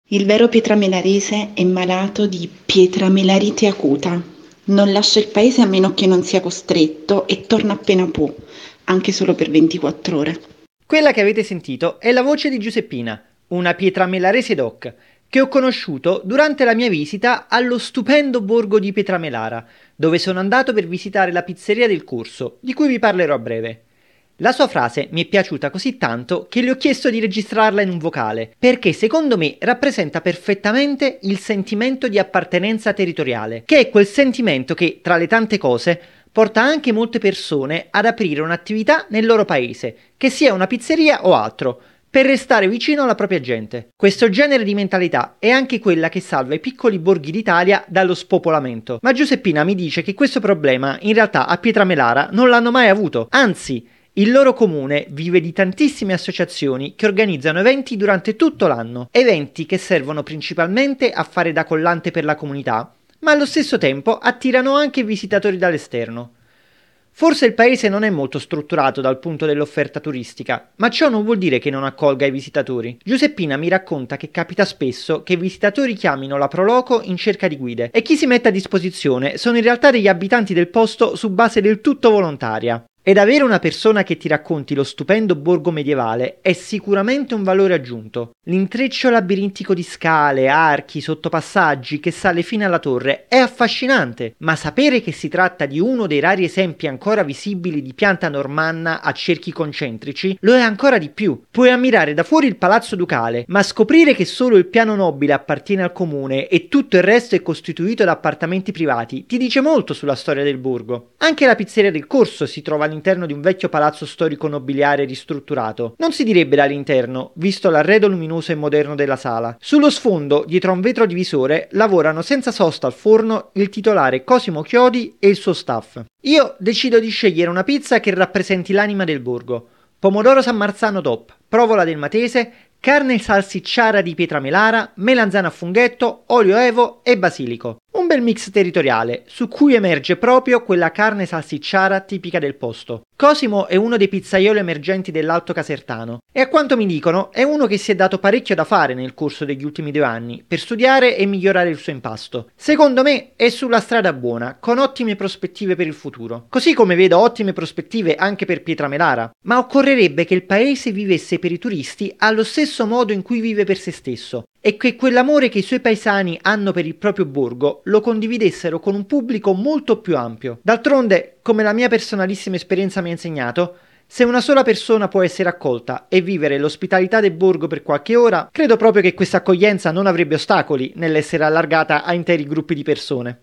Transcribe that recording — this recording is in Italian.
Il vero pietramelarese è malato di pietramelarite acuta. Non lascia il paese a meno che non sia costretto e torna appena può, anche solo per 24 ore. Quella che avete sentito è la voce di Giuseppina, una pietramelarese doc, che ho conosciuto durante la mia visita allo stupendo borgo di Pietramelara, dove sono andato per visitare la pizzeria del corso, di cui vi parlerò a breve. La sua frase mi è piaciuta così tanto che le ho chiesto di registrarla in un vocale, perché secondo me rappresenta perfettamente il sentimento di appartenenza territoriale, che è quel sentimento che, tra le tante cose, porta anche molte persone ad aprire un'attività nel loro paese, che sia una pizzeria o altro, per restare vicino alla propria gente. Questo genere di mentalità è anche quella che salva i piccoli borghi d'Italia dallo spopolamento. Ma Giuseppina mi dice che questo problema in realtà a Pietramelara non l'hanno mai avuto, anzi, il loro comune vive di tantissime associazioni che organizzano eventi durante tutto l'anno, eventi che servono principalmente a fare da collante per la comunità, ma allo stesso tempo attirano anche visitatori dall'esterno. Forse il paese non è molto strutturato dal punto dell'offerta turistica, ma ciò non vuol dire che non accolga i visitatori. Giuseppina mi racconta che capita spesso che i visitatori chiamino la Proloco in cerca di guide e chi si mette a disposizione sono in realtà degli abitanti del posto su base del tutto volontaria. Ed avere una persona che ti racconti lo stupendo borgo medievale è sicuramente un valore aggiunto. L'intreccio labirintico di scale, archi, sottopassaggi che sale fino alla torre è affascinante, ma sapere che si tratta di uno dei rari esempi ancora visibili di pianta normanna a cerchi concentrici lo è ancora di più. Puoi ammirare da fuori il palazzo ducale, ma scoprire che solo il piano nobile appartiene al comune e tutto il resto è costituito da appartamenti privati ti dice molto sulla storia del borgo. Anche la pizzeria del Corso si trova all'interno di un vecchio palazzo storico nobiliare ristrutturato. Non si direbbe dall'interno, visto l'arredo luminoso e moderno della sala. Sullo sfondo, dietro a un vetro divisore, lavorano senza sosta al forno il titolare Cosimo Chiodi e il suo staff. Io decido di scegliere una pizza che rappresenti l'anima del borgo. Pomodoro San Marzano top, provola del Matese, carne salsicciara di Pietramelara, melanzana a funghetto, olio evo e basilico. Un bel mix territoriale, su cui emerge proprio quella carne salsicciara tipica del posto. Cosimo è uno dei pizzaioli emergenti dell'Alto Casertano e a quanto mi dicono è uno che si è dato parecchio da fare nel corso degli ultimi 2 anni per studiare e migliorare il suo impasto. Secondo me è sulla strada buona, con ottime prospettive per il futuro. Così come vedo ottime prospettive anche per Pietramelara, ma occorrerebbe che il paese vivesse per i turisti allo stesso modo in cui vive per se stesso e che quell'amore che i suoi paesani hanno per il proprio borgo lo condividessero con un pubblico molto più ampio. D'altronde, come la mia personalissima esperienza mi ha insegnato, se una sola persona può essere accolta e vivere l'ospitalità del borgo per qualche ora, credo proprio che questa accoglienza non avrebbe ostacoli nell'essere allargata a interi gruppi di persone.